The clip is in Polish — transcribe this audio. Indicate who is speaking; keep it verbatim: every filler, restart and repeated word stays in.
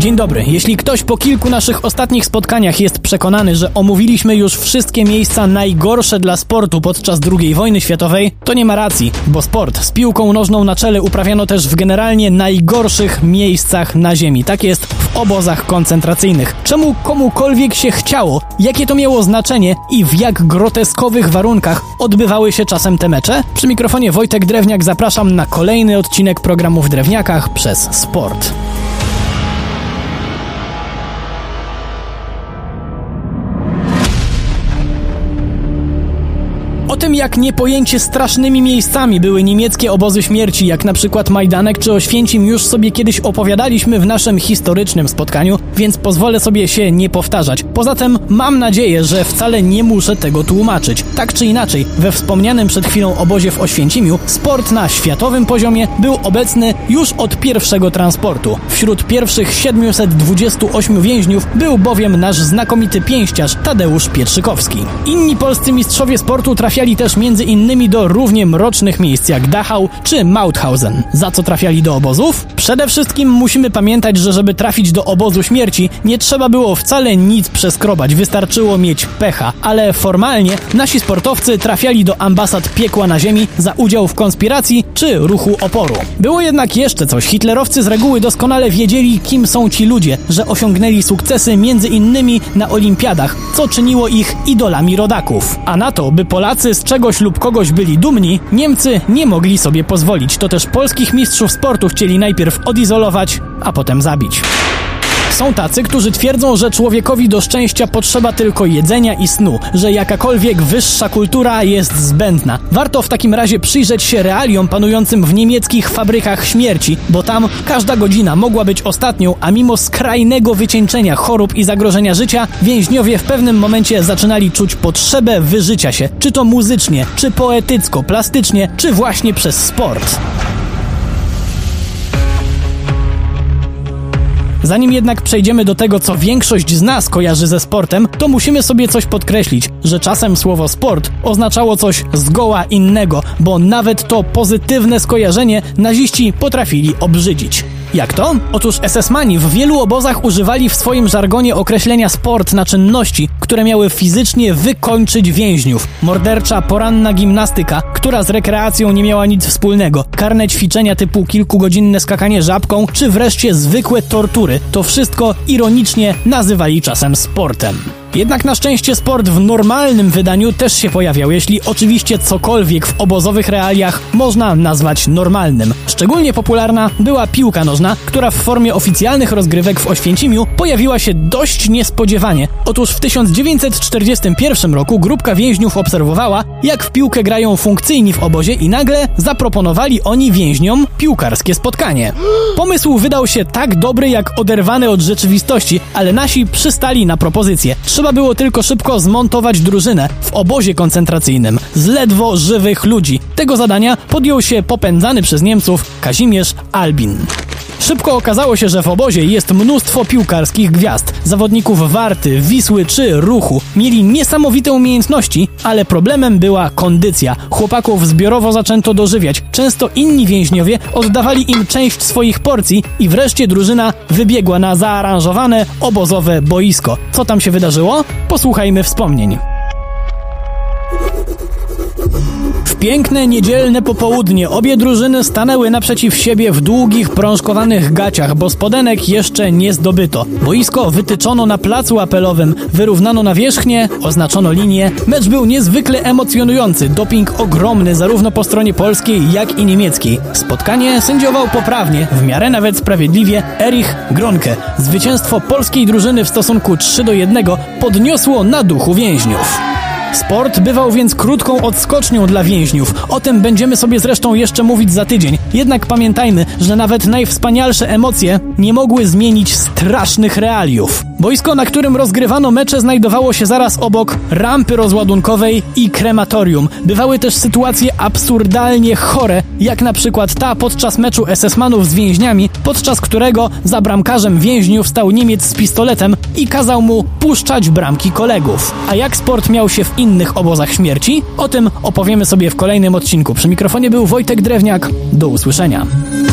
Speaker 1: Dzień dobry. Jeśli ktoś po kilku naszych ostatnich spotkaniach jest przekonany, że omówiliśmy już wszystkie miejsca najgorsze dla sportu podczas drugiej wojny światowej, to nie ma racji, bo sport z piłką nożną na czele uprawiano też w generalnie najgorszych miejscach na ziemi. Tak jest w obozach koncentracyjnych. Czemu komukolwiek się chciało? Jakie to miało znaczenie i w jak groteskowych warunkach odbywały się czasem te mecze? Przy mikrofonie Wojtek Drewniak, zapraszam na kolejny odcinek programu W Drewniakach przez sport. O tym, jak niepojęcie strasznymi miejscami były niemieckie obozy śmierci, jak na przykład Majdanek czy Oświęcim, już sobie kiedyś opowiadaliśmy w naszym historycznym spotkaniu, więc pozwolę sobie się nie powtarzać. Poza tym mam nadzieję, że wcale nie muszę tego tłumaczyć. Tak czy inaczej, we wspomnianym przed chwilą obozie w Oświęcimiu sport na światowym poziomie był obecny już od pierwszego transportu. Wśród pierwszych siedmiuset dwudziestu ośmiu więźniów był bowiem nasz znakomity pięściarz Tadeusz Pietrzykowski. Inni polscy mistrzowie sportu trafiali też między innymi do równie mrocznych miejsc jak Dachau czy Mauthausen. Za co trafiali do obozów? Przede wszystkim musimy pamiętać, że żeby trafić do obozu śmierci, nie trzeba było wcale nic przeskrobać, wystarczyło mieć pecha, ale formalnie nasi sportowcy trafiali do ambasad piekła na ziemi za udział w konspiracji czy ruchu oporu. Było jednak jeszcze coś. Hitlerowcy z reguły doskonale wiedzieli, kim są ci ludzie, że osiągnęli sukcesy między innymi na olimpiadach, co czyniło ich idolami rodaków. A na to, by Polacy z czegoś lub kogoś byli dumni, Niemcy nie mogli sobie pozwolić. To też polskich mistrzów sportu chcieli najpierw odizolować, a potem zabić. Są tacy, którzy twierdzą, że człowiekowi do szczęścia potrzeba tylko jedzenia i snu, że jakakolwiek wyższa kultura jest zbędna. Warto w takim razie przyjrzeć się realiom panującym w niemieckich fabrykach śmierci, bo tam każda godzina mogła być ostatnią, a mimo skrajnego wycieńczenia, chorób i zagrożenia życia, więźniowie w pewnym momencie zaczynali czuć potrzebę wyżycia się, czy to muzycznie, czy poetycko, plastycznie, czy właśnie przez sport. Zanim jednak przejdziemy do tego, co większość z nas kojarzy ze sportem, to musimy sobie coś podkreślić, że czasem słowo sport oznaczało coś zgoła innego, bo nawet to pozytywne skojarzenie naziści potrafili obrzydzić. Jak to? Otóż esesmani w wielu obozach używali w swoim żargonie określenia sport na czynności, które miały fizycznie wykończyć więźniów. Mordercza poranna gimnastyka, która z rekreacją nie miała nic wspólnego, karne ćwiczenia typu kilkugodzinne skakanie żabką, czy wreszcie zwykłe tortury. To wszystko ironicznie nazywali czasem sportem. Jednak na szczęście sport w normalnym wydaniu też się pojawiał, jeśli oczywiście cokolwiek w obozowych realiach można nazwać normalnym. Szczególnie popularna była piłka nożna, która w formie oficjalnych rozgrywek w Oświęcimiu pojawiła się dość niespodziewanie. Otóż w tysiąc dziewięćset czterdziestym pierwszym roku grupka więźniów obserwowała, jak w piłkę grają funkcyjni w obozie i nagle zaproponowali oni więźniom piłkarskie spotkanie. Pomysł wydał się tak dobry jak oderwany od rzeczywistości, ale nasi przystali na propozycję. Trzeba było tylko szybko zmontować drużynę w obozie koncentracyjnym z ledwo żywych ludzi. Tego zadania podjął się popędzany przez Niemców Kazimierz Albin. Szybko okazało się, że w obozie jest mnóstwo piłkarskich gwiazd, zawodników Warty, Wisły czy Ruchu. Mieli niesamowite umiejętności, ale problemem była kondycja. Chłopaków zbiorowo zaczęto dożywiać. Często inni więźniowie oddawali im część swoich porcji i wreszcie drużyna wybiegła na zaaranżowane obozowe boisko. Co tam się wydarzyło? Posłuchajmy wspomnień. Piękne niedzielne popołudnie obie drużyny stanęły naprzeciw siebie w długich, prążkowanych gaciach, bo spodenek jeszcze nie zdobyto. Boisko wytyczono na placu apelowym, wyrównano nawierzchnię, oznaczono linię. Mecz był niezwykle emocjonujący, doping ogromny zarówno po stronie polskiej, jak i niemieckiej. Spotkanie sędziował poprawnie, w miarę nawet sprawiedliwie, Erich Gronke. Zwycięstwo polskiej drużyny w stosunku trzy do jednego podniosło na duchu więźniów. Sport bywał więc krótką odskocznią dla więźniów. O tym będziemy sobie zresztą jeszcze mówić za tydzień. Jednak pamiętajmy, że nawet najwspanialsze emocje nie mogły zmienić strasznych realiów. Boisko, na którym rozgrywano mecze, znajdowało się zaraz obok rampy rozładunkowej i krematorium. Bywały też sytuacje absurdalnie chore, jak na przykład ta podczas meczu esesmanów z więźniami, podczas którego za bramkarzem więźniów stał Niemiec z pistoletem i kazał mu puszczać bramki kolegów. A jak sport miał się w innych obozach śmierci? O tym opowiemy sobie w kolejnym odcinku. Przy mikrofonie był Wojtek Drewniak. Do usłyszenia.